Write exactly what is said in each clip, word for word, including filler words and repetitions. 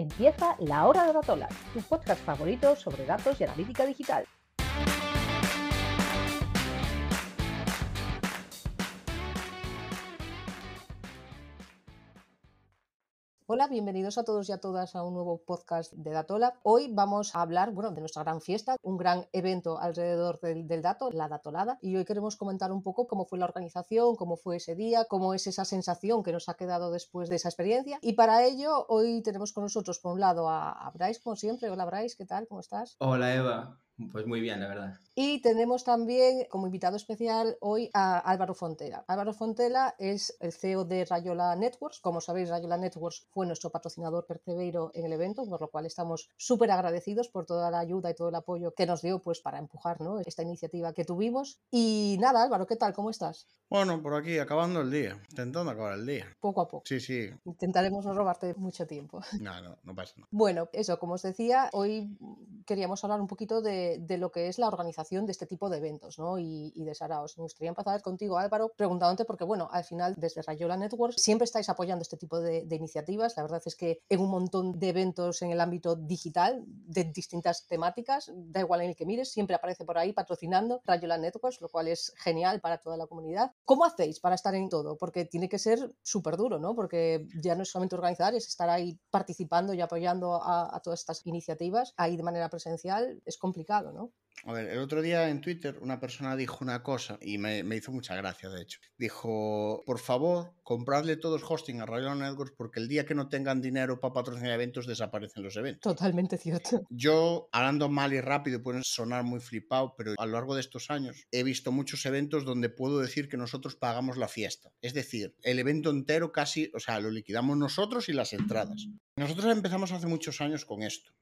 Empieza La Hora de Datolas, tu podcast favorito sobre datos y analítica digital. Hola, bienvenidos a todos y a todas a un nuevo podcast de Datola. Hoy vamos a hablar, bueno, de nuestra gran fiesta, un gran evento alrededor del, del dato, la Datolada, y hoy queremos comentar un poco cómo fue la organización, cómo fue ese día, cómo es esa sensación que nos ha quedado después de esa experiencia. Y para ello, hoy tenemos con nosotros, por un lado, a, a Bryce, como siempre. Hola, Bryce, ¿qué tal? ¿Cómo estás? Hola, Eva. Pues muy bien, la verdad. Y tenemos también como invitado especial hoy a Álvaro Fontela. Álvaro Fontela es el C E O de Rayola Networks. Como sabéis, Rayola Networks fue nuestro patrocinador percebeiro en el evento, por lo cual estamos súper agradecidos por toda la ayuda y todo el apoyo que nos dio pues, para empujar, ¿no?, esta iniciativa que tuvimos. Y nada, Álvaro, ¿qué tal? ¿Cómo estás? Bueno, por aquí, acabando el día, intentando acabar el día. Poco a poco. Sí, sí. Intentaremos no robarte mucho tiempo. No, no, no pasa nada. Bueno, eso, como os decía, hoy queríamos hablar un poquito de, de lo que es la organización de este tipo de eventos, ¿no? y, y de Saraos. Me gustaría empezar contigo, Álvaro, preguntándote porque, bueno, al final, desde Rayola Networks, siempre estáis apoyando este tipo de, de iniciativas. La verdad es que en un montón de eventos en el ámbito digital, de distintas temáticas, da igual en el que mires, siempre aparece por ahí patrocinando Rayola Networks, lo cual es genial para toda la comunidad. ¿Cómo hacéis para estar en todo? Porque tiene que ser súper duro, ¿no? Porque ya no es solamente organizar, es estar ahí participando y apoyando a, a todas estas iniciativas ahí de manera presencial. Es complicado, ¿no? A ver, el otro día en Twitter una persona dijo una cosa y me, me hizo mucha gracia, de hecho. Dijo, por favor, compradle todos hosting a Rayola Networks porque el día que no tengan dinero para patrocinar eventos, desaparecen los eventos. Totalmente cierto. Yo, hablando mal y rápido, pueden sonar muy flipado, pero a lo largo de estos años he visto muchos eventos donde puedo decir que nosotros pagamos la fiesta. Es decir, el evento entero casi, o sea, lo liquidamos nosotros y las entradas. Nosotros empezamos hace muchos años con esto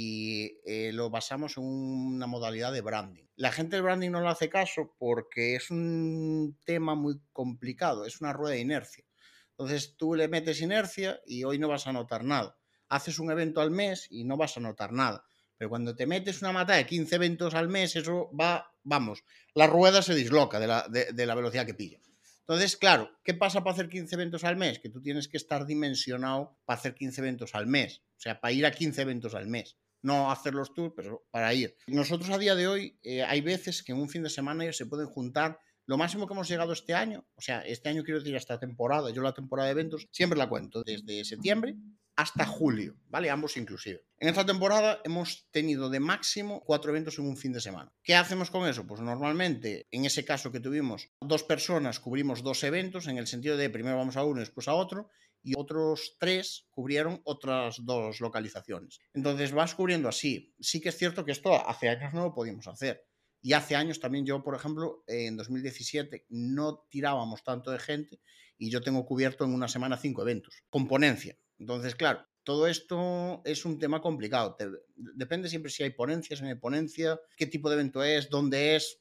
y eh, lo basamos en una modalidad de branding. La gente del branding no lo hace caso porque es un tema muy complicado, es una rueda de inercia. Entonces tú le metes inercia y hoy no vas a notar nada. Haces un evento al mes y no vas a notar nada. Pero cuando te metes una mata de quince eventos al mes, eso va, vamos, la rueda se disloca de la, de, de la velocidad que pilla. Entonces, claro, ¿qué pasa para hacer quince eventos al mes? Que tú tienes que estar dimensionado para hacer quince eventos al mes. O sea, para ir a quince eventos al mes. No hacerlos tú, pero para ir. Nosotros a día de hoy eh, hay veces que en un fin de semana se pueden juntar. Lo máximo que hemos llegado este año, o sea, este año quiero decir esta temporada, yo la temporada de eventos siempre la cuento desde septiembre hasta julio, ¿vale? Ambos inclusive. En esta temporada hemos tenido de máximo cuatro eventos en un fin de semana. ¿Qué hacemos con eso? Pues normalmente, en ese caso que tuvimos dos personas, cubrimos dos eventos, en el sentido de primero vamos a uno y después a otro, y otros tres cubrieron otras dos localizaciones. Entonces vas cubriendo así. Sí que es cierto que esto hace años no lo podíamos hacer. Y hace años también yo, por ejemplo, en dos mil diecisiete no tirábamos tanto de gente y yo tengo cubierto en una semana cinco eventos, con ponencia. Entonces, claro, todo esto es un tema complicado. Te, depende siempre si hay ponencias, si no hay ponencia, qué tipo de evento es, dónde es.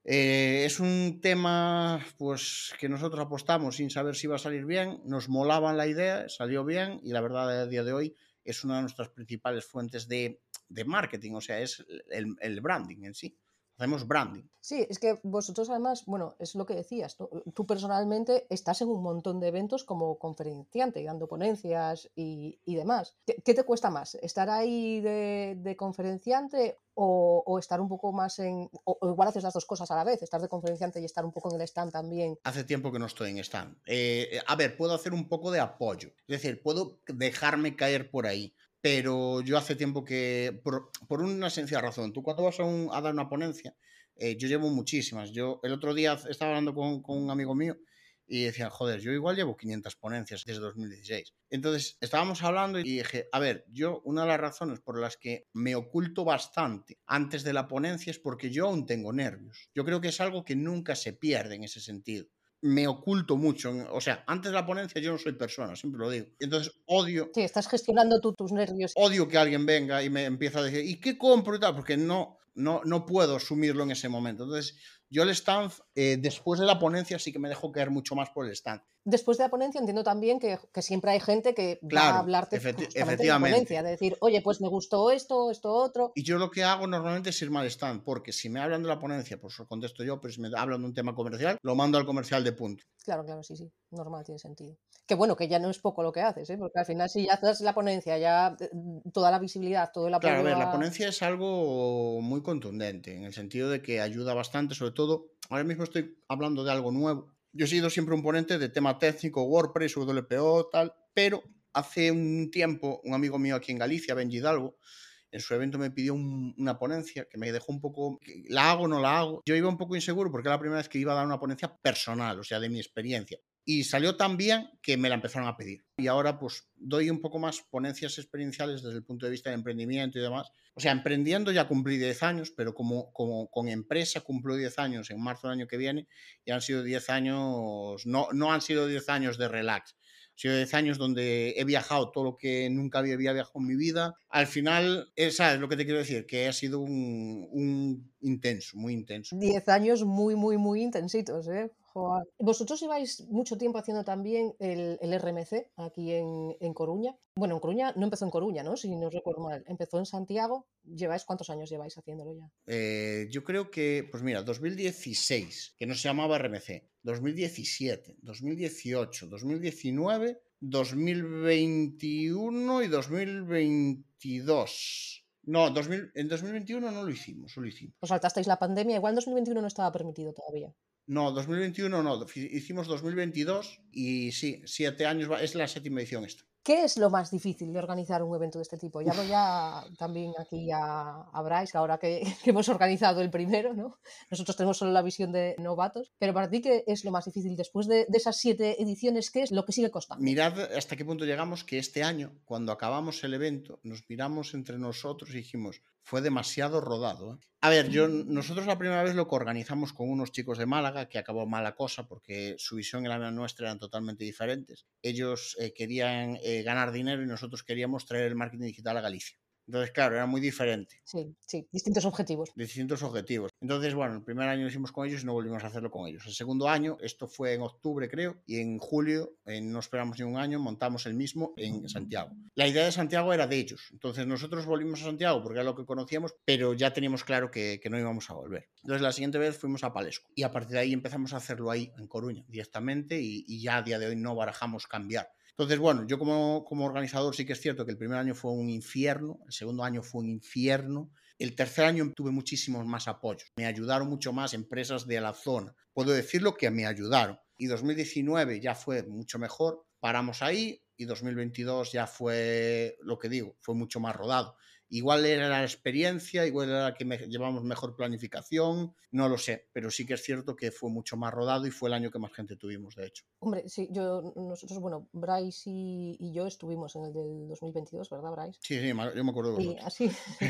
Eh, es un tema pues que nosotros apostamos sin saber si va a salir bien. Nos molaba la idea, salió bien y la verdad a día de hoy es una de nuestras principales fuentes de, de marketing, o sea, es el, el branding en sí. Hacemos branding. Sí, es que vosotros además, bueno, es lo que decías, ¿no? Tú personalmente estás en un montón de eventos como conferenciante, dando ponencias y, y demás. ¿Qué, ¿Qué te cuesta más? ¿Estar ahí de, de conferenciante o, o estar un poco más en... O, o igual haces las dos cosas a la vez, estar de conferenciante y estar un poco en el stand también? Hace tiempo que no estoy en stand. Eh, a ver, puedo hacer un poco de apoyo. Es decir, puedo dejarme caer por ahí. Pero yo hace tiempo que, por, por una sencilla razón, tú cuando vas a, un, a dar una ponencia, eh, yo llevo muchísimas. Yo el otro día estaba hablando con, con un amigo mío y decía, joder, yo igual llevo quinientas ponencias desde dos mil dieciséis. Entonces estábamos hablando y dije, a ver, yo una de las razones por las que me oculto bastante antes de la ponencia es porque yo aún tengo nervios. Yo creo que es algo que nunca se pierde en ese sentido. Me oculto mucho, o sea, antes de la ponencia yo no soy persona, siempre lo digo. Entonces odio... Sí, estás gestionando tú tus nervios. Odio que alguien venga y me empiece a decir, ¿y qué compro y tal? Porque no, no, no puedo asumirlo en ese momento. Entonces, yo el stand, eh, después de la ponencia, sí que me dejo caer mucho más por el stand. después de la ponencia entiendo también que, que siempre hay gente que va a Claro, hablarte efecti- justamente en la efectivamente. ponencia, de decir, oye, pues me gustó esto, esto otro. Y yo lo que hago normalmente es ir mal stand, porque si me hablan de la ponencia, pues lo contesto yo, pero si me hablan de un tema comercial, lo mando al comercial de punto. Claro, claro, sí, sí, normal, tiene sentido. Que bueno, que ya no es poco lo que haces, ¿eh? Porque al final si ya haces la ponencia, ya eh, toda la visibilidad, todo el Claro, a apoyo ver, la a... ponencia es algo muy contundente, en el sentido de que ayuda bastante, sobre todo, ahora mismo estoy hablando de algo nuevo. Yo he sido siempre un ponente de tema técnico, WordPress, W P O, tal, pero hace un tiempo un amigo mío aquí en Galicia, Ben Hidalgo, en su evento me pidió un, una ponencia que me dejó un poco, ¿la hago o no la hago? Yo iba un poco inseguro porque era la primera vez que iba a dar una ponencia personal, o sea, de mi experiencia. Y salió tan bien que me la empezaron a pedir. Y ahora pues doy un poco más ponencias experienciales desde el punto de vista de emprendimiento y demás. O sea, emprendiendo ya cumplí diez años, pero como, como con empresa cumplo diez años en marzo del año que viene y han sido diez años, no, no han sido diez años de relax. Han sido diez años donde he viajado todo lo que nunca había viajado en mi vida. Al final, ¿sabes lo que te quiero decir? Que ha sido un, un intenso, muy intenso. diez años muy, muy, muy intensitos, ¿eh? Joder. Vosotros lleváis mucho tiempo haciendo también el, el R M C aquí en, en Coruña. Bueno, en Coruña no empezó en Coruña, ¿no? Si no recuerdo mal. Empezó en Santiago. ¿Lleváis cuántos años lleváis haciéndolo ya? Eh, yo creo que, pues mira, dos mil dieciséis, que no se llamaba R M C, dos mil diecisiete, dos mil dieciocho, dos mil diecinueve, dos mil veintiuno y dos mil veintidós. No, dos mil, en dos mil veintiuno no lo hicimos, solo hicimos. Os saltasteis la pandemia, igual en dos mil veintiuno no estaba permitido todavía. No, dos mil veintiuno no, hicimos dos mil veintidós y sí, siete años, es la séptima edición esta. ¿Qué es lo más difícil de organizar un evento de este tipo? Llamo ya también aquí a, a Bryce, ahora que, que hemos organizado el primero, ¿no? Nosotros tenemos solo la visión de novatos, pero para ti, ¿qué es lo más difícil después de, de esas siete ediciones? ¿Qué es lo que sigue costando? Mirad hasta qué punto llegamos que este año, cuando acabamos el evento, nos miramos entre nosotros y dijimos, fue demasiado rodado, ¿eh? A ver, yo, nosotros la primera vez lo que organizamos con unos chicos de Málaga, que acabó mala cosa porque su visión y la nuestra eran totalmente diferentes. Ellos eh, querían eh, ganar dinero y nosotros queríamos traer el marketing digital a Galicia. Entonces, claro, era muy diferente. Sí, sí, distintos objetivos. Distintos objetivos. Entonces, bueno, el primer año lo hicimos con ellos y no volvimos a hacerlo con ellos. El segundo año, esto fue en octubre creo, y en julio, eh, no esperamos ni un año, montamos el mismo en Santiago. La idea de Santiago era de ellos. Entonces nosotros volvimos a Santiago porque era lo que conocíamos, pero ya teníamos claro que, que no íbamos a volver. Entonces la siguiente vez fuimos a Palesco. Y a partir de ahí empezamos a hacerlo ahí, en Coruña, directamente, y, y ya a día de hoy no barajamos cambiar. Entonces, bueno, yo como, como organizador sí que es cierto que el primer año fue un infierno, el segundo año fue un infierno, el tercer año tuve muchísimos más apoyos, me ayudaron mucho más empresas de la zona, puedo decirlo que me ayudaron. Y dos mil diecinueve ya fue mucho mejor, paramos ahí y dos mil veintidós ya fue, lo que digo, fue mucho más rodado. Igual era la experiencia, igual era la que me, llevamos mejor planificación, no lo sé, pero sí que es cierto que fue mucho más rodado y fue el año que más gente tuvimos, de hecho. Hombre, sí, yo, nosotros, bueno, Bryce y, y yo estuvimos en el del dos mil veintidós, ¿verdad, Bryce? Sí, sí, yo me acuerdo de Y vosotros. así.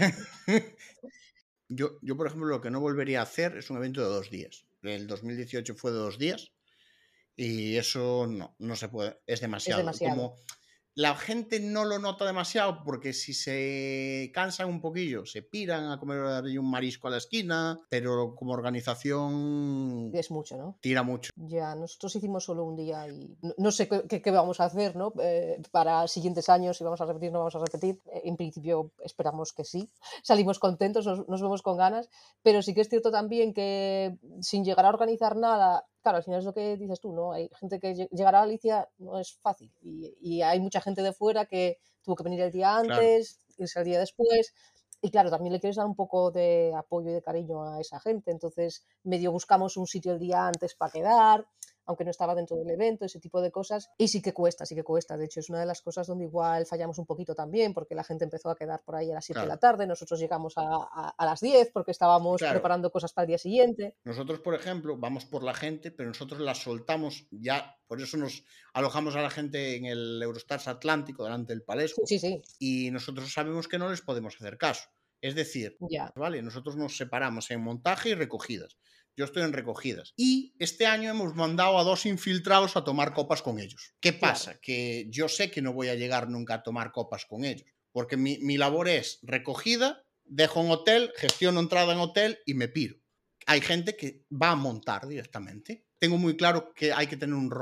yo, yo, por ejemplo, lo que no volvería a hacer es un evento de dos días. El dos mil dieciocho fue de dos días y eso no, no se puede, es demasiado. Es demasiado. Como la gente no lo nota demasiado porque si se cansan un poquillo, se piran a comer un marisco a la esquina, pero como organización es mucho, ¿no? Tira mucho. Ya, nosotros hicimos solo un día y no, no sé qué, qué, vamos a hacer, ¿no? Eh, para siguientes años, si vamos a repetir, no vamos a repetir. Eh, en principio esperamos que sí. Salimos contentos, nos, nos vemos con ganas, pero sí que es cierto también que sin llegar a organizar nada, claro, al final es lo que dices tú, ¿no? Hay gente que llegar a Galicia no es fácil y, y hay mucha gente de fuera que tuvo que venir el día antes, claro, irse el día después. Y claro, también le quieres dar un poco de apoyo y de cariño a esa gente. Entonces, medio buscamos un sitio el día antes para quedar, aunque no estaba dentro del evento, ese tipo de cosas. Y sí que cuesta, sí que cuesta. De hecho, es una de las cosas donde igual fallamos un poquito también, porque la gente empezó a quedar por ahí a las siete claro. de la tarde. Nosotros llegamos a, a, a las diez porque estábamos claro. preparando cosas para el día siguiente. Nosotros, por ejemplo, vamos por la gente, pero nosotros la soltamos ya. Por eso nos alojamos a la gente en el Eurostars Atlántico, delante del Palesco. Sí, sí. Y nosotros sabemos que no les podemos hacer caso. Es decir, ya. ¿vale? Nosotros nos separamos en montaje y recogidas. Yo estoy en recogidas. Y este año hemos mandado a dos infiltrados a tomar copas con ellos. ¿Qué pasa? Claro. Que yo sé que no voy a llegar nunca a tomar copas con ellos. Porque mi, mi labor es recogida, dejo en hotel, gestiono entrada en hotel y me piro. Hay gente que va a montar directamente. Tengo muy claro que hay que tener un rol.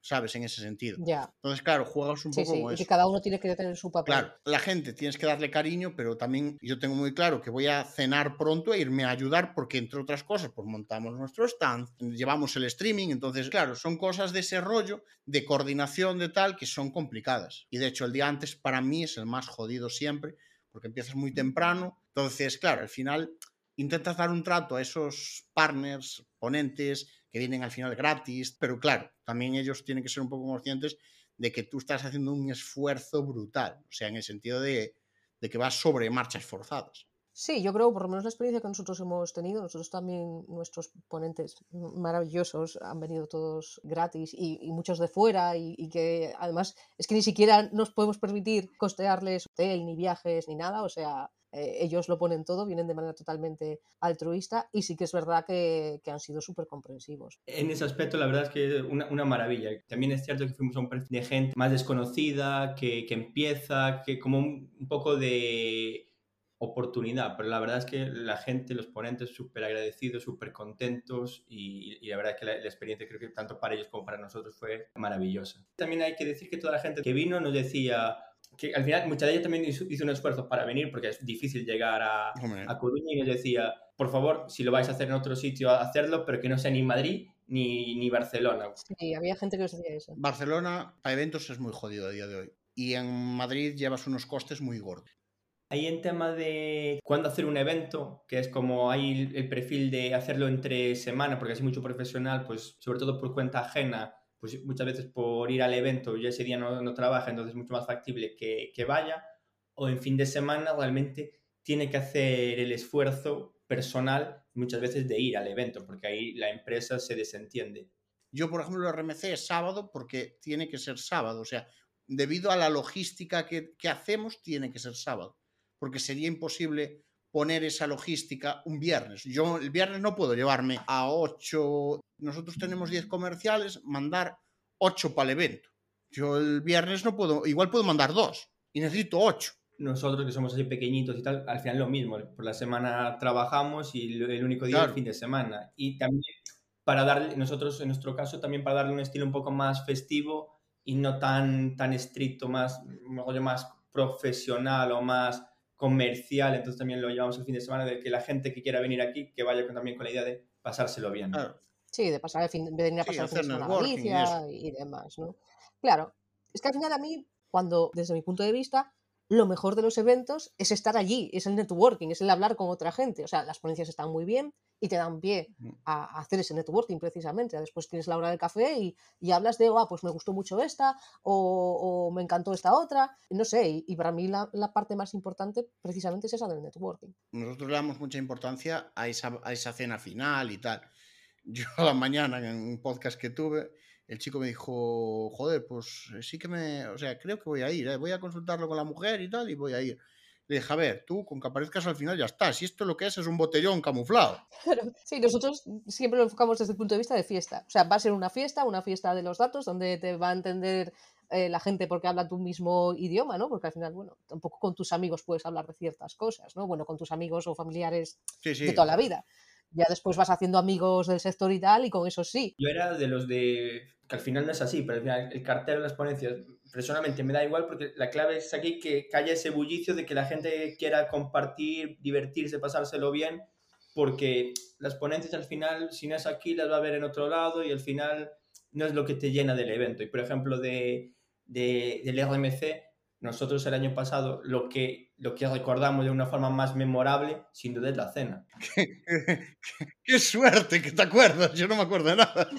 ¿sabes? En ese sentido. Ya. Entonces, claro, juegas un Sí, poco sí, con y que eso. cada uno tiene que tener su papel. Claro, la gente tienes que darle cariño, pero también yo tengo muy claro que voy a cenar pronto e irme a ayudar porque, entre otras cosas, pues montamos nuestro stand, llevamos el streaming, entonces, claro, son cosas de ese rollo, de coordinación, de tal, que son complicadas. Y de hecho, el día antes para mí es el más jodido siempre, porque empiezas muy temprano. Entonces, claro, al final intentas dar un trato a esos partners, ponentes, que vienen al final gratis, pero claro, también ellos tienen que ser un poco conscientes de que tú estás haciendo un esfuerzo brutal, o sea, en el sentido de, de que vas sobre marchas forzadas. Sí, yo creo, por lo menos la experiencia que nosotros hemos tenido, nosotros también, nuestros ponentes maravillosos han venido todos gratis y, y muchos de fuera y, y que además es que ni siquiera nos podemos permitir costearles hotel, ni viajes, ni nada, o sea, eh, ellos lo ponen todo, vienen de manera totalmente altruista y sí que es verdad que, que han sido súper comprensivos. En ese aspecto, la verdad es que una, una maravilla. También es cierto que fuimos a un perfil de gente más desconocida, que, que empieza, que como un, un poco de oportunidad, pero la verdad es que la gente, los ponentes, súper agradecidos, súper contentos y, y la verdad es que la, la experiencia creo que tanto para ellos como para nosotros fue maravillosa. También hay que decir que toda la gente que vino nos decía que al final mucha de ella también hizo, hizo un esfuerzo para venir porque es difícil llegar a, a Coruña y nos decía, por favor, si lo vais a hacer en otro sitio, hacerlo, pero que no sea ni Madrid ni, ni Barcelona. Sí, había gente que os decía eso. Barcelona para eventos es muy jodido a día de hoy y en Madrid llevas unos costes muy gordos. Ahí en tema de cuándo hacer un evento, que es como hay el perfil de hacerlo entre semana, porque es mucho profesional, pues sobre todo por cuenta ajena, pues muchas veces por ir al evento, yo ese día no, no trabaja, entonces es mucho más factible que, que vaya, o en fin de semana realmente tiene que hacer el esfuerzo personal muchas veces de ir al evento, porque ahí la empresa se desentiende. Yo, por ejemplo, el R M C es sábado porque tiene que ser sábado, o sea, debido a la logística que, que hacemos, tiene que ser sábado, porque sería imposible poner esa logística un viernes. Yo el viernes no puedo llevarme a ocho, nosotros tenemos diez comerciales, mandar ocho para el evento. Yo el viernes no puedo, igual puedo mandar dos y necesito ocho. Nosotros que somos así pequeñitos y tal, al final lo mismo, por la semana trabajamos y el único día claro. es el fin de semana. Y también para darle, nosotros en nuestro caso también para darle un estilo un poco más festivo y no tan, tan estricto, más, más profesional o más comercial, entonces también lo llevamos el fin de semana de que la gente que quiera venir aquí, que vaya con, también con la idea de pasárselo bien. Claro. Sí, de pasar el fin, de venir a sí, pasar el fin de semana a Galicia y, y demás, ¿no? Claro, es que al final a mí, cuando, desde mi punto de vista, lo mejor de los eventos es estar allí, es el networking, es el hablar con otra gente. O sea, las ponencias están muy bien y te dan pie a, a hacer ese networking precisamente. Después tienes la hora del café y, y hablas de, ah, pues me gustó mucho esta o, o me encantó esta otra. No sé, y, y para mí la, la parte más importante precisamente es esa del networking. Nosotros le damos mucha importancia a esa, a esa cena final y tal. Yo a la mañana en un podcast que tuve, el chico me dijo, joder, pues sí que me, o sea, creo que voy a ir, ¿eh? Voy a consultarlo con la mujer y tal, y voy a ir. Le dije, a ver, tú con que aparezcas al final ya está, si esto lo que es es un botellón camuflado. Claro, sí, nosotros siempre lo enfocamos desde el punto de vista de fiesta. O sea, va a ser una fiesta, una fiesta de los datos, donde te va a entender eh, la gente porque habla tu mismo idioma, ¿no? Porque al final, bueno, tampoco con tus amigos puedes hablar de ciertas cosas, ¿no? Bueno, con tus amigos o familiares sí, sí. de toda la vida. Ya después vas haciendo amigos del sector y tal, y con eso sí. Yo era de los de... que al final no es así, pero al final el cartel de las ponencias, personalmente me da igual porque la clave es aquí que, que haya ese bullicio de que la gente quiera compartir, divertirse, pasárselo bien, porque las ponencias al final, si no es aquí, las va a ver en otro lado y al final no es lo que te llena del evento. Y por ejemplo, de, de, del R M C, nosotros el año pasado lo que, lo que recordamos de una forma más memorable, sin duda es la cena. ¡Qué, qué, qué suerte que te acuerdas! Yo no me acuerdo de nada.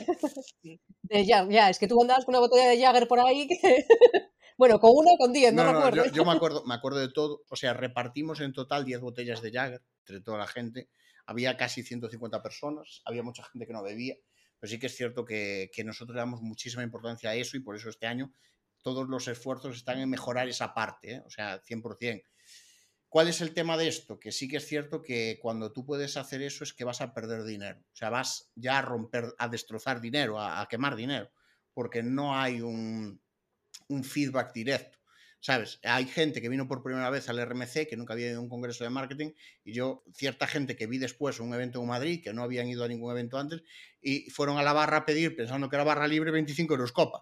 De ya, ya, es que tú andabas con una botella de Jagger por ahí que... Bueno, con una o con diez, no, no recuerdo. Yo, yo me acuerdo, me acuerdo de todo. O sea, repartimos en total diez botellas de Jagger entre toda la gente. Había casi ciento cincuenta personas, había mucha gente que no bebía, pero sí que es cierto que, que nosotros le damos muchísima importancia a eso y por eso este año todos los esfuerzos están en mejorar esa parte, ¿eh? O sea, cien por ciento. ¿Cuál es el tema de esto? Que sí que es cierto que cuando tú puedes hacer eso es que vas a perder dinero. O sea, vas ya a romper, a destrozar dinero, a, a quemar dinero, porque no hay un, un feedback directo. ¿Sabes? Hay gente que vino por primera vez al R M C, que nunca había ido a un congreso de marketing, y yo, cierta gente que vi después un evento en Madrid, que no habían ido a ningún evento antes, y fueron a la barra a pedir, pensando que era barra libre, veinticinco euros copa.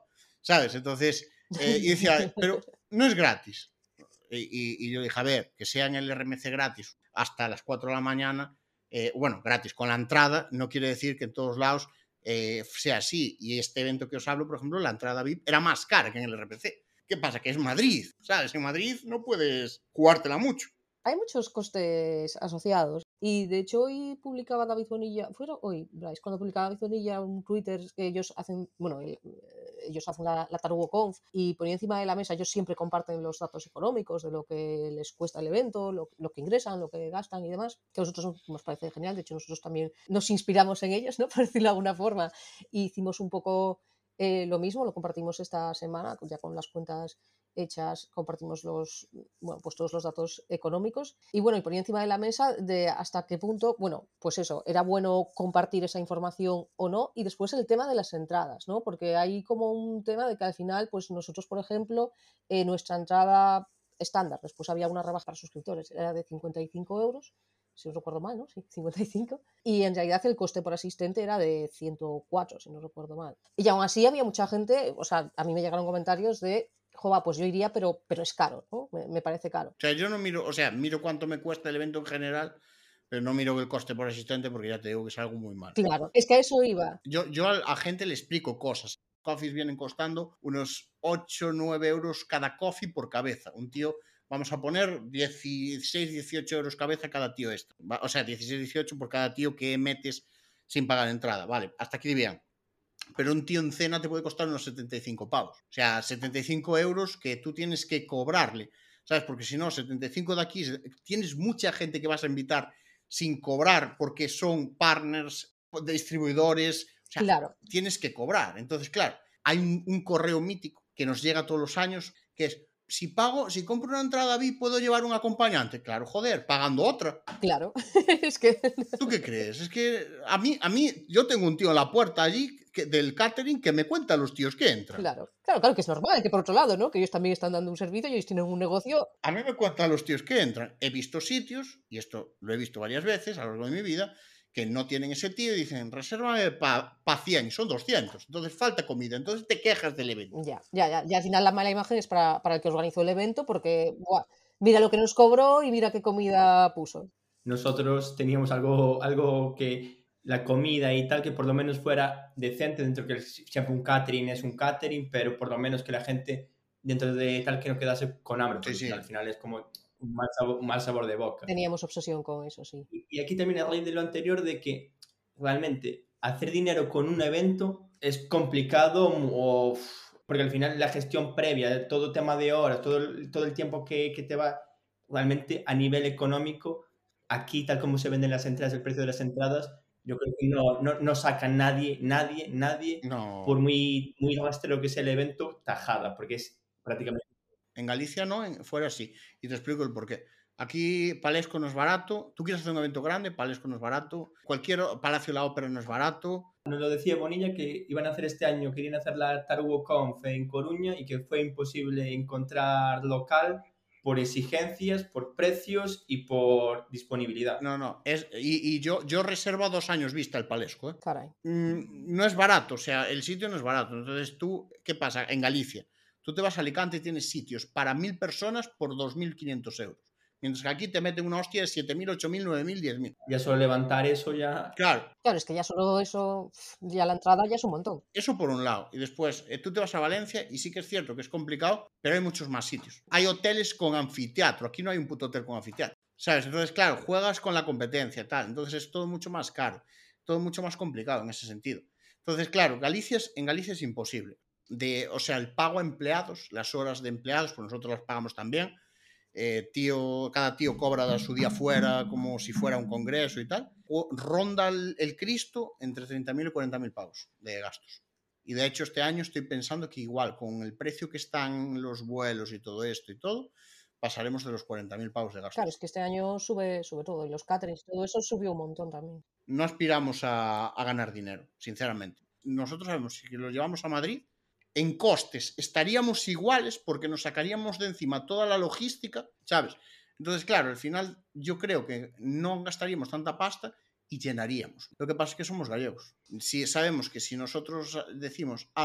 ¿sabes? Entonces, eh, y decía, pero no es gratis. Y, y, y yo dije, a ver, que sea en el R M C gratis hasta las cuatro de la mañana, eh, bueno, gratis con la entrada, no quiere decir que en todos lados eh, sea así. Y este evento que os hablo, por ejemplo, la entrada V I P era más cara que en el R M C. ¿Qué pasa? Que es Madrid, ¿sabes? En Madrid no puedes jugártela mucho. Hay muchos costes asociados. Y de hecho hoy publicaba David Bonilla, ¿fue hoy, Bryce? Cuando publicaba David Bonilla un Twitter que ellos hacen, bueno, el, ellos hacen la, la TarugoConf y ponía encima de la mesa, ellos siempre comparten los datos económicos de lo que les cuesta el evento, lo, lo que ingresan, lo que gastan y demás, que a nosotros nos parece genial. De hecho nosotros también nos inspiramos en ellos, ¿no? Por decirlo de alguna forma, y hicimos un poco eh, lo mismo, lo compartimos esta semana ya con las cuentas hechas, compartimos los, bueno, pues todos los datos económicos y bueno, y ponía encima de la mesa de hasta qué punto, bueno, pues eso, era bueno compartir esa información o no, y después el tema de las entradas, ¿no? Porque hay como un tema de que al final, pues nosotros, por ejemplo, eh, nuestra entrada estándar, después había una rebaja para suscriptores, era de cincuenta y cinco euros, si no recuerdo mal, ¿no? Sí, cincuenta y cinco. Y en realidad el coste por asistente era de ciento cuatro, si no recuerdo mal. Y aún así había mucha gente, o sea, a mí me llegaron comentarios de jova, pues yo iría, pero, pero es caro, ¿no? Me, me parece caro. O sea, yo no miro, o sea, miro cuánto me cuesta el evento en general, pero no miro el coste por asistente porque ya te digo que es algo muy malo. Claro, es que a eso iba. Yo, yo a, a gente le explico cosas. Coffees vienen costando unos ocho, nueve euros cada coffee por cabeza. Un tío, vamos a poner dieciséis, dieciocho euros cabeza cada tío esto. O sea, dieciséis, dieciocho por cada tío que metes sin pagar entrada. Vale, hasta aquí bien. Pero un tío en cena te puede costar unos setenta y cinco pavos. O sea, setenta y cinco euros que tú tienes que cobrarle, ¿sabes? Porque si no, setenta y cinco de aquí, tienes mucha gente que vas a invitar sin cobrar porque son partners, distribuidores, o sea, claro. Tienes que cobrar. Entonces, claro, hay un, un correo mítico que nos llega todos los años, que es, si pago, si compro una entrada V I P, ¿puedo llevar un acompañante? Claro, joder, pagando otra. Claro, es que... ¿Tú qué crees? Es que a mí, a mí, yo tengo un tío en la puerta allí que, del catering que me cuenta los tíos que entran. Claro, claro, claro que es normal, que por otro lado, ¿no? Que ellos también están dando un servicio y ellos tienen un negocio. A mí me cuentan los tíos que entran. He visto sitios, y esto lo he visto varias veces a lo largo de mi vida, que no tienen ese tío y dicen, resérvame para pa cien, son doscientos, entonces falta comida, entonces te quejas del evento. Ya, ya, ya. Y al final la mala imagen es para, para el que organizó el evento porque, buah, mira lo que nos cobró y mira qué comida puso. Nosotros teníamos algo, algo que la comida y tal, que por lo menos fuera decente, dentro que siempre un catering es un catering, pero por lo menos que la gente dentro de tal que no quedase con hambre, porque Sí, sí. al final es como un mal sabor, un mal sabor de boca. Teníamos obsesión con eso, sí. Y, y aquí también a raíz de lo anterior de que realmente hacer dinero con un evento es complicado o, porque al final la gestión previa, todo tema de horas, todo el, todo el tiempo que, que te va realmente a nivel económico, aquí tal como se venden las entradas, el precio de las entradas, yo creo que no, no, no saca nadie, nadie, nadie, No. por muy, muy rastrero que sea el evento, tajada, porque es prácticamente... En Galicia no, en, fuera sí. Y te explico el porqué. Aquí Palesco no es barato. Tú quieres hacer un evento grande, Palesco no es barato. Cualquier Palacio de la Ópera no es barato. Nos lo decía Bonilla que iban a hacer este año, querían hacer la TarugoConf en Coruña y que fue imposible encontrar local por exigencias, por precios y por disponibilidad. No, no. Es, y, y yo, yo reservo dos años vista el Palesco. ¿eh? Caray. Mm, no es barato, o sea, el sitio no es barato. Entonces tú, ¿qué pasa? En Galicia, tú te vas a Alicante y tienes sitios para mil personas por dos mil quinientos euros. Mientras que aquí te meten una hostia de siete mil, ocho mil, nueve mil, diez mil. Ya solo levantar eso ya... Claro. Claro, es que ya solo eso, ya la entrada ya es un montón. Eso por un lado. Y después, eh, tú te vas a Valencia y sí que es cierto que es complicado, pero hay muchos más sitios. Hay hoteles con anfiteatro. Aquí no hay un puto hotel con anfiteatro. ¿Sabes? Entonces, claro, juegas con la competencia y tal. Entonces es todo mucho más caro. Todo mucho más complicado en ese sentido. Entonces, claro, Galicia es, en Galicia es imposible. De, o sea, el pago a empleados, las horas de empleados, pues nosotros las pagamos también. Eh, tío, cada tío cobra de su día fuera como si fuera un congreso y tal, o ronda el, el Cristo entre treinta mil y cuarenta mil pavos de gastos. Y de hecho este año estoy pensando que igual con el precio que están los vuelos y todo esto y todo, pasaremos de los cuarenta mil pavos de gastos. Claro, es que este año sube, sube todo, y los caterings, todo eso subió un montón también. No aspiramos a, a ganar dinero, sinceramente. Nosotros sabemos que si lo llevamos a Madrid, en costes estaríamos iguales porque nos sacaríamos de encima toda la logística, ¿sabes? Entonces, claro, al final yo creo que no gastaríamos tanta pasta y llenaríamos. Lo que pasa es que somos gallegos. Si sabemos que si nosotros decimos, ala,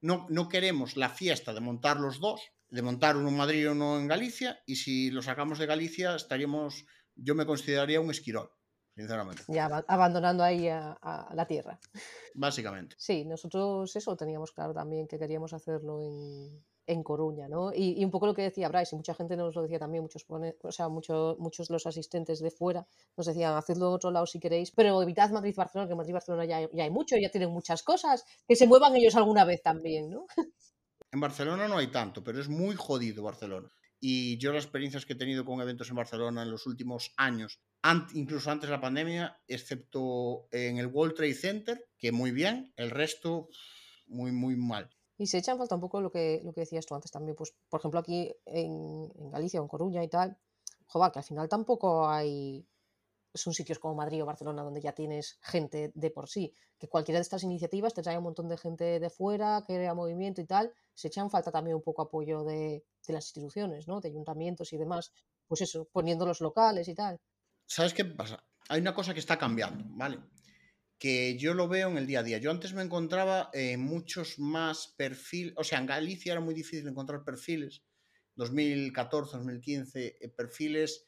no, no queremos la fiesta de montar los dos, de montar uno en Madrid y uno en Galicia, y si lo sacamos de Galicia estaríamos, yo me consideraría un esquirol, sinceramente. Ya abandonando ahí a, a la tierra. Básicamente. Sí, nosotros eso teníamos claro también que queríamos hacerlo en, en Coruña, ¿no? Y, y un poco lo que decía Bryce, y mucha gente nos lo decía también, muchos, pone, o sea, mucho, muchos de los asistentes de fuera nos decían, hacedlo en otro lado si queréis, pero evitad Madrid-Barcelona, que Madrid-Barcelona ya, ya hay mucho, ya tienen muchas cosas, que se muevan ellos alguna vez también, ¿no? En Barcelona no hay tanto, pero es muy jodido Barcelona. Y yo las experiencias que he tenido con eventos en Barcelona en los últimos años, incluso antes de la pandemia, excepto en el World Trade Center, que muy bien, el resto muy, muy mal. Y se echan falta un poco lo que, lo que decías tú antes también, pues por ejemplo aquí en, en Galicia o en Coruña y tal, joder, que al final tampoco hay, son sitios como Madrid o Barcelona donde ya tienes gente de por sí, que cualquiera de estas iniciativas te trae un montón de gente de fuera, que crea movimiento y tal, se echan falta también un poco apoyo de, de las instituciones, ¿no? De ayuntamientos y demás, pues eso, poniendo los locales y tal. ¿Sabes qué pasa? Hay una cosa que está cambiando, ¿vale? Que yo lo veo en el día a día. Yo antes me encontraba eh, muchos más perfiles, o sea, en Galicia era muy difícil encontrar perfiles, dos mil catorce, dos mil quince, eh, perfiles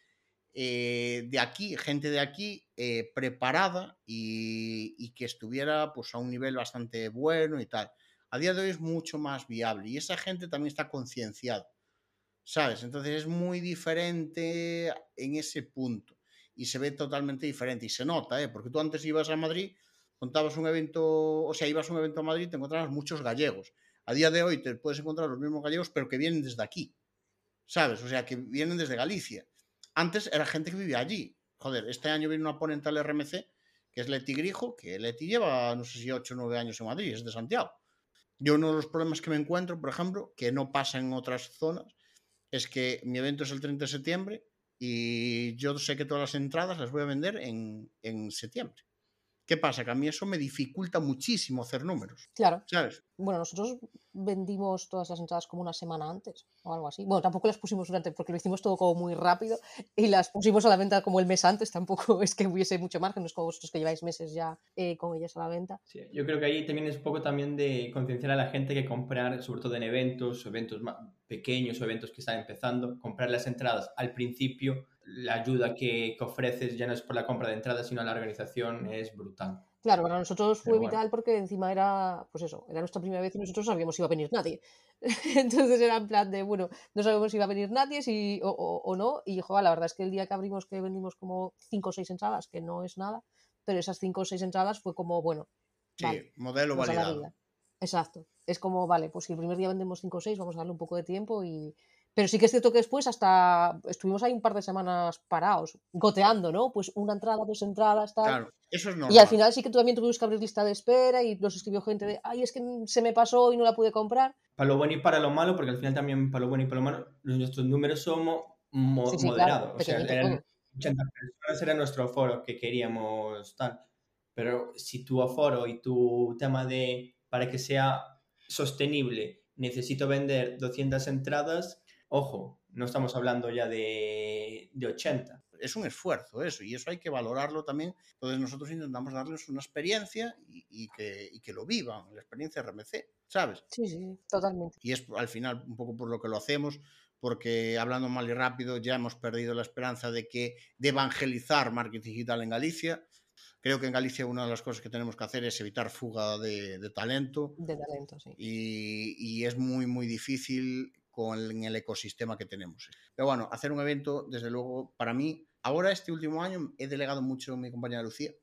eh, de aquí, gente de aquí eh, preparada y, y que estuviera pues a un nivel bastante bueno y tal. A día de hoy es mucho más viable y esa gente también está concienciada, ¿sabes? Entonces es muy diferente en ese punto y se ve totalmente diferente y se nota, ¿eh? Porque tú antes ibas a Madrid, contabas un evento, o sea, ibas a un evento a Madrid y te encontrabas muchos gallegos. A día de hoy te puedes encontrar los mismos gallegos, pero que vienen desde aquí, ¿sabes? O sea, que vienen desde Galicia. Antes era gente que vivía allí. Joder, este año viene una ponente al R M C, que es Leti Grijo, que Leti lleva, no sé si ocho o nueve años en Madrid, es de Santiago. Yo uno de los problemas que me encuentro, por ejemplo, que no pasa en otras zonas, es que mi evento es el treinta de septiembre y yo sé que todas las entradas las voy a vender en, en septiembre. ¿Qué pasa? Que a mí eso me dificulta muchísimo hacer números. Claro. ¿Sabes? Bueno, nosotros vendimos todas las entradas como una semana antes o algo así. Bueno, tampoco las pusimos durante, porque lo hicimos todo como muy rápido y las pusimos a la venta como el mes antes. Tampoco es que hubiese mucho margen, no es como vosotros que lleváis meses ya eh, con ellas a la venta. Sí, yo creo que ahí también es un poco también de concienciar a la gente que comprar, sobre todo en eventos, o eventos más pequeños o eventos que están empezando, comprar las entradas al principio, la ayuda que, que ofreces ya no es por la compra de entradas, sino la organización es brutal. Claro, para nosotros fue Pero vital bueno. porque encima era, pues eso, era nuestra primera vez y nosotros sabíamos si iba a venir nadie. Entonces era en plan de, bueno, no sabemos si iba a venir nadie si, o, o, o no. Y, joder, la verdad es que el día que abrimos, que vendimos como cinco o seis entradas, que no es nada, pero esas cinco o seis entradas fue como, bueno, sí, vale, modelo vamos validado. A la vida. Exacto. Es como, vale, pues si el primer día vendemos cinco o seis, vamos a darle un poco de tiempo y... Pero sí que es cierto que después hasta estuvimos ahí un par de semanas parados, goteando, ¿no? Pues una entrada, dos entradas, tal. Claro, eso es normal. Y al final sí que tú también tuvimos que abrir lista de espera y nos escribió gente de, ay, es que se me pasó y no la pude comprar. Para lo bueno y para lo malo, porque al final también para lo bueno y para lo malo, nuestros números somos mo sí, sí, moderados. Claro, o sea, eran todo. ochenta personas era nuestro aforo que queríamos tal. Pero si tu aforo y tu tema de, para que sea sostenible, necesito vender doscientas entradas, ojo, no estamos hablando ya de, de ochenta. Es un esfuerzo eso, y eso hay que valorarlo también. Entonces nosotros intentamos darles una experiencia y, y, que, y que lo vivan, la experiencia R M C, ¿sabes? Sí, sí, totalmente. Y es al final un poco por lo que lo hacemos, porque hablando mal y rápido ya hemos perdido la esperanza de que de evangelizar marketing digital en Galicia. Creo que en Galicia una de las cosas que tenemos que hacer es evitar fuga de, de talento. De talento, sí. Y, y es muy, muy difícil con el, el ecosistema que tenemos. Pero bueno, hacer un evento, desde luego, para mí, ahora este último año he delegado mucho a mi compañera Lucía,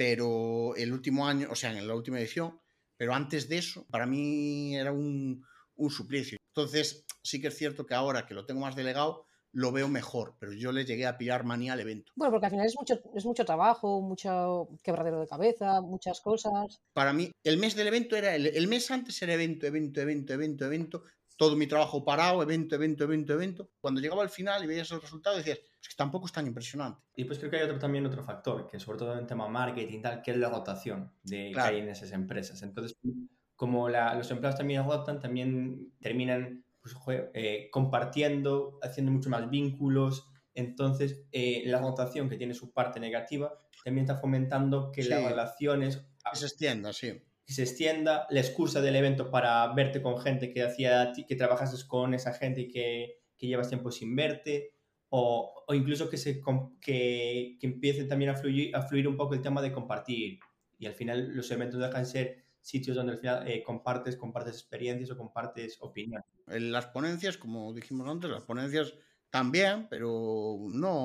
pero el último año, o sea, en la última edición, pero antes de eso, para mí era un, un suplicio. Entonces, sí que es cierto que ahora que lo tengo más delegado, lo veo mejor, pero yo le llegué a pillar manía al evento. Bueno, porque al final es mucho, es mucho trabajo, mucho quebradero de cabeza, muchas cosas. Para mí, el mes del evento era, el, el mes antes era evento, evento, evento, evento, evento, todo mi trabajo parado, evento, evento, evento, evento. Cuando llegaba al final y veías el resultado, decías, es que tampoco es tan impresionante. Y pues creo que hay otro, también otro factor, que sobre todo en tema marketing y tal, que es la rotación de, claro, que hay en esas empresas. Entonces, como la, los empleados también rotan, también terminan pues, eh, compartiendo, haciendo mucho más vínculos. Entonces, eh, la rotación, que tiene su parte negativa, también está fomentando que sí, las relaciones que se extienda, sí. que se extienda, la excusa del evento para verte con gente que hacía, que trabajases con esa gente y que, que llevas tiempo sin verte, o, o incluso que, se, que, que empiece también a fluir, a fluir un poco el tema de compartir. Y al final los eventos dejan de ser sitios donde al final eh, compartes, compartes experiencias o compartes opiniones. En las ponencias, como dijimos antes, las ponencias también, pero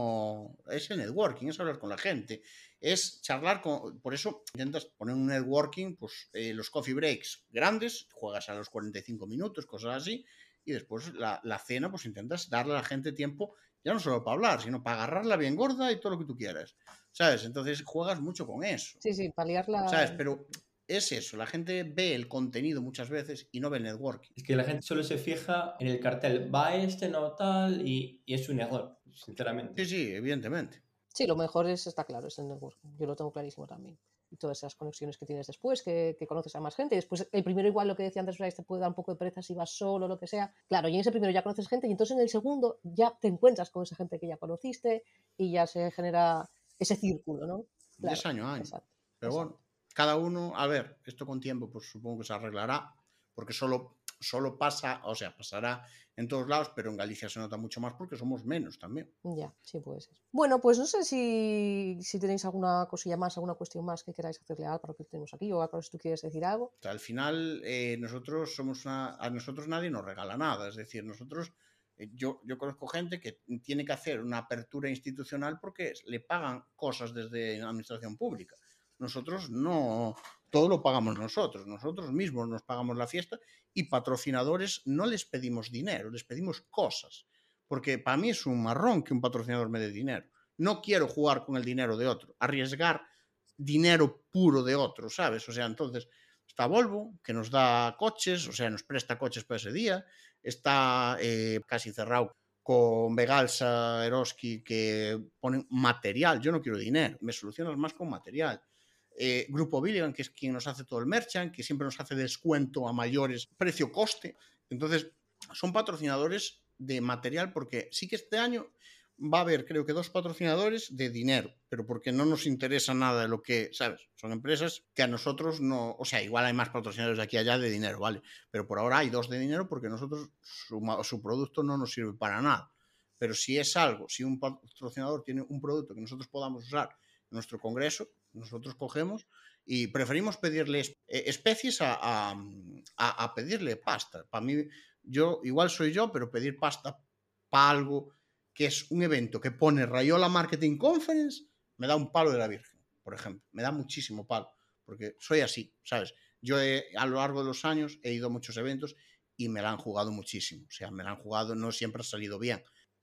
no es el networking, es hablar con la gente, es charlar con, por eso intentas poner un networking, pues eh, los coffee breaks grandes, juegas a los cuarenta y cinco minutos, cosas así, y después la, la cena, pues intentas darle a la gente tiempo, ya no solo para hablar, sino para agarrarla bien gorda y todo lo que tú quieras, ¿sabes? Entonces juegas mucho con eso. Sí, sí, paliarla. ¿Sabes? Pero es eso, la gente ve el contenido muchas veces y no ve el networking. Es que la gente solo se fija en el cartel, va este, no tal, y, y es un error, sinceramente. Sí, sí, evidentemente. Sí, lo mejor es, está claro, es el networking. Yo lo tengo clarísimo también. Y todas esas conexiones que tienes después, que, que conoces a más gente. Y después, el primero, igual lo que decía antes, te puede dar un poco de pereza si vas solo o lo que sea. Claro, y en ese primero ya conoces gente, y entonces en el segundo ya te encuentras con esa gente que ya conociste y ya se genera ese círculo, ¿no? Claro, diez años, años. Exacto, Pero exacto. bueno, cada uno, a ver, esto con tiempo, pues supongo que se arreglará, porque solo, solo pasa, o sea, pasará en todos lados, pero en Galicia se nota mucho más porque somos menos también. Ya, sí puede ser. Bueno, pues no sé si, si tenéis alguna cosilla más, alguna cuestión más que queráis hacerle a Álvaro que tenemos aquí, o Álvaro, si tú quieres decir algo. O sea, al final, eh, nosotros somos una, a nosotros nadie nos regala nada, es decir, nosotros, eh, yo, yo conozco gente que tiene que hacer una apertura institucional porque le pagan cosas desde la administración pública. Nosotros no, todo lo pagamos nosotros, nosotros mismos nos pagamos la fiesta y patrocinadores no les pedimos dinero, les pedimos cosas, porque para mí es un marrón que un patrocinador me dé dinero. No quiero jugar con el dinero de otro, arriesgar dinero puro de otro, ¿sabes? O sea, entonces está Volvo, que nos da coches, o sea, nos presta coches para ese día, está eh, casi cerrado con Vegalsa, Eroski, que ponen material, yo no quiero dinero, me solucionas más con material. Eh, Grupo Billigan, que es quien nos hace todo el merchant, que siempre nos hace descuento a mayores precio-coste. Entonces, son patrocinadores de material porque sí que este año va a haber, creo que dos patrocinadores de dinero, pero porque no nos interesa nada de lo que, ¿sabes? Son empresas que a nosotros no, o sea, igual hay más patrocinadores de aquí a allá de dinero, ¿vale? Pero por ahora hay dos de dinero porque nosotros, su, su producto no nos sirve para nada. Pero si es algo, si un patrocinador tiene un producto que nosotros podamos usar en nuestro congreso, nosotros cogemos y preferimos pedirle especies a, a, a, a pedirle pasta. Para mí, yo, igual soy yo, pero pedir pasta para algo que es un evento que pone Rayola Marketing Conference, me da un palo de la Virgen, por ejemplo. Me da muchísimo palo, porque soy así, ¿sabes? Yo he, a lo largo de los años he ido a muchos eventos y me la han jugado muchísimo. O sea, me la han jugado, no siempre ha salido bien.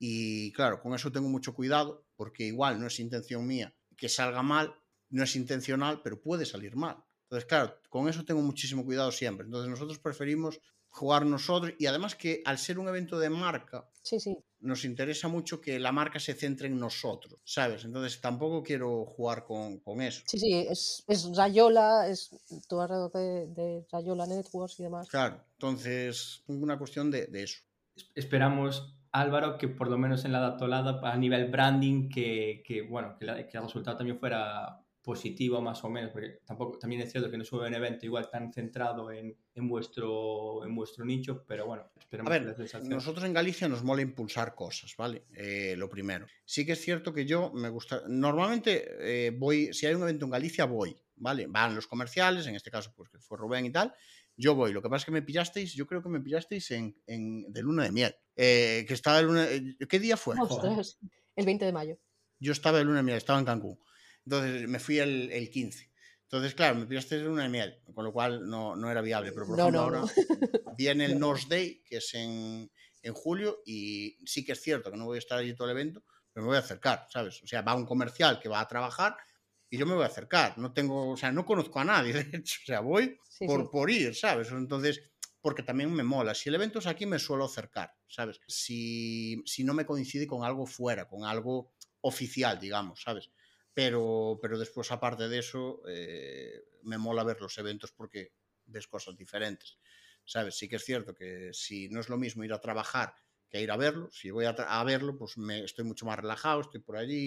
Y claro, con eso tengo mucho cuidado, porque igual no es intención mía que salga mal, no es intencional, pero puede salir mal. Entonces, claro, con eso tengo muchísimo cuidado siempre. Entonces, nosotros preferimos jugar nosotros y además que al ser un evento de marca, sí, sí. nos interesa mucho que la marca se centre en nosotros, ¿sabes? Entonces tampoco quiero jugar con, con eso. Sí, sí, es, es Rayola, es todo alrededor de, de Rayola Networks y demás. Claro, entonces una cuestión de, de eso. Esperamos, Álvaro, que por lo menos en la datolada a nivel branding, que, que bueno, que, la, que el resultado también fuera positivo más o menos, porque tampoco, también es cierto que no es un evento igual tan centrado en, en, vuestro, en vuestro nicho, pero bueno, esperemos a ver, que la sensación... nosotros en Galicia nos mola impulsar cosas, ¿vale? Eh, lo primero. Sí que es cierto que yo me gusta, normalmente eh, voy, si hay un evento en Galicia voy, ¿vale? Van los comerciales, en este caso pues que fue Rubén y tal, yo voy. Lo que pasa es que me pillasteis, yo creo que me pillasteis en, en de luna de miel. Eh, que estaba de luna, ¿qué día fue? Ostras, el veinte de mayo. Yo estaba de luna de miel, estaba en Cancún. Entonces me fui el, el quince. Entonces, claro, me pillaste de luna de miel, con lo cual no, no era viable. Pero, por no, ejemplo, no, ahora no. viene el Nose Day, que es en, en julio, y sí que es cierto que no voy a estar allí todo el evento, pero me voy a acercar, ¿sabes? O sea, va un comercial que va a trabajar y yo me voy a acercar. No tengo, o sea, no conozco a nadie, de hecho. O sea, voy sí, por, sí. por ir, ¿sabes? Entonces, porque también me mola. Si el evento es aquí, me suelo acercar, ¿sabes? Si, si no me coincide con algo fuera, con algo oficial, digamos, ¿sabes? Pero, pero después, aparte de eso, eh, me mola ver los eventos porque ves cosas diferentes, ¿sabes? Sí que es cierto que si no es lo mismo ir a trabajar que ir a verlo, si voy a, a verlo, pues me, estoy mucho más relajado, estoy por allí,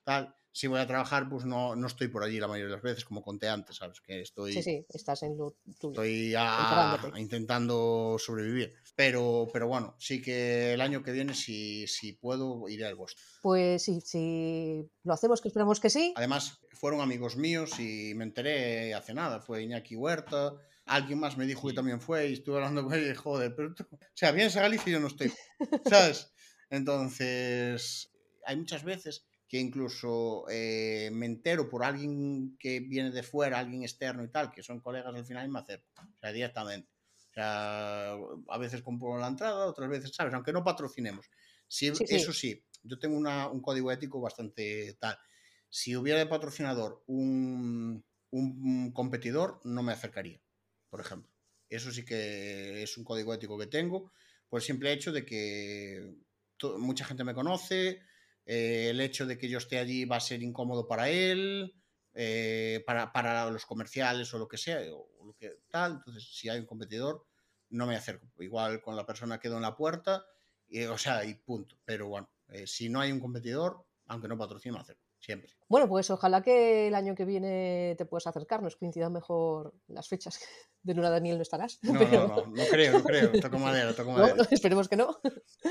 tal. Si voy a trabajar, pues no, no estoy por allí la mayoría de las veces, como conté antes, ¿sabes? Que estoy, Sí, sí, estás en lo tuyo, estoy a, preparándote. intentando sobrevivir. Pero, pero bueno, sí que el año que viene, si, si puedo, iré al Boston. Pues sí, si lo hacemos, que esperamos que sí. Además, fueron amigos míos y me enteré hace nada. Fue Iñaki Huerta. Alguien más me dijo que también fue y estuve hablando con él y joder, pero tú... O sea, vienes a Galicia y yo no estoy, ¿sabes? Entonces, hay muchas veces que incluso eh, me entero por alguien que viene de fuera, alguien externo y tal, que son colegas al final y me acerco, o sea, directamente. O sea, a veces compro la entrada, otras veces, ¿sabes? Aunque no patrocinemos. Sí, Sí, eso sí. sí, yo tengo una, un código ético bastante tal. Si hubiera de patrocinador un, un competidor, no me acercaría, por ejemplo. Eso sí que es un código ético que tengo, por el simple hecho de que to- mucha gente me conoce, eh, el hecho de que yo esté allí va a ser incómodo para él, eh, para, para los comerciales o lo que sea, o, o lo que tal. Entonces, si hay un competidor, no me acerco. Igual con la persona quedo en la puerta, y, o sea, y punto. Pero bueno, eh, si no hay un competidor, aunque no patrocino, me acerco, siempre. Bueno, pues ojalá que el año que viene te puedas acercar, nos coincidan mejor las fechas. De luna de miel no estarás, No, no, pero no, no creo, no creo. Toco madera, toco no, madera. no, esperemos que no.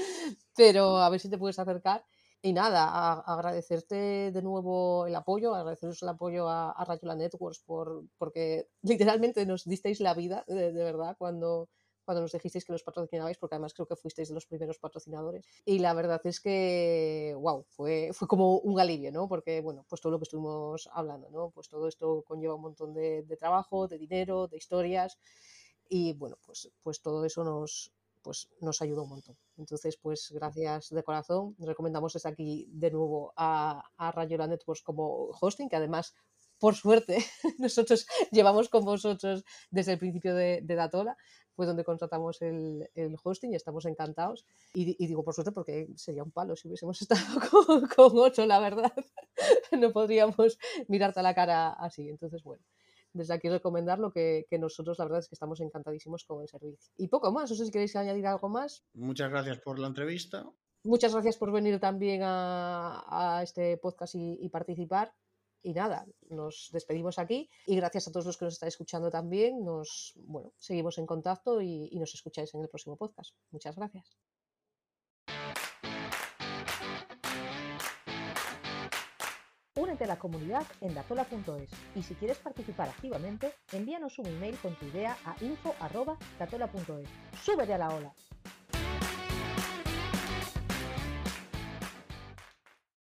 Pero a ver si te puedes acercar. Y nada, a, agradecerte de nuevo el apoyo, agradeceros el apoyo a, a Rayuela Networks por, porque literalmente nos disteis la vida, de, de verdad, cuando, cuando nos dijisteis que los patrocinabais, porque además creo que fuisteis de los primeros patrocinadores. Y la verdad es que, wow, fue, fue como un alivio, ¿no? Porque, bueno, pues todo lo que estuvimos hablando, ¿no? Pues todo esto conlleva un montón de, de trabajo, de dinero, de historias. Y bueno, pues, pues todo eso nos, pues nos ayuda un montón. Entonces, pues gracias de corazón. Recomendamos desde aquí de nuevo a, a Rayuela Networks como hosting, que además, por suerte, nosotros llevamos con vosotros desde el principio de, de Datola, fue donde contratamos el, el hosting y estamos encantados. Y, y, digo por suerte porque sería un palo si hubiésemos estado con, con ocho, la verdad. No podríamos mirarte a la cara así. Entonces, bueno. Desde aquí recomendarlo, que, que nosotros la verdad es que estamos encantadísimos con el servicio. Y poco más, no sé si queréis añadir algo más. Muchas gracias por la entrevista. Muchas gracias por venir también a, a este podcast y, y participar. Y nada, nos despedimos aquí y gracias a todos los que nos estáis escuchando también. Nos, bueno, seguimos en contacto y, y nos escucháis en el próximo podcast. Muchas gracias. Únete a la comunidad en datola punto es y si quieres participar activamente, envíanos un email con tu idea a info arroba datola punto es. ¡Súbete a la ola!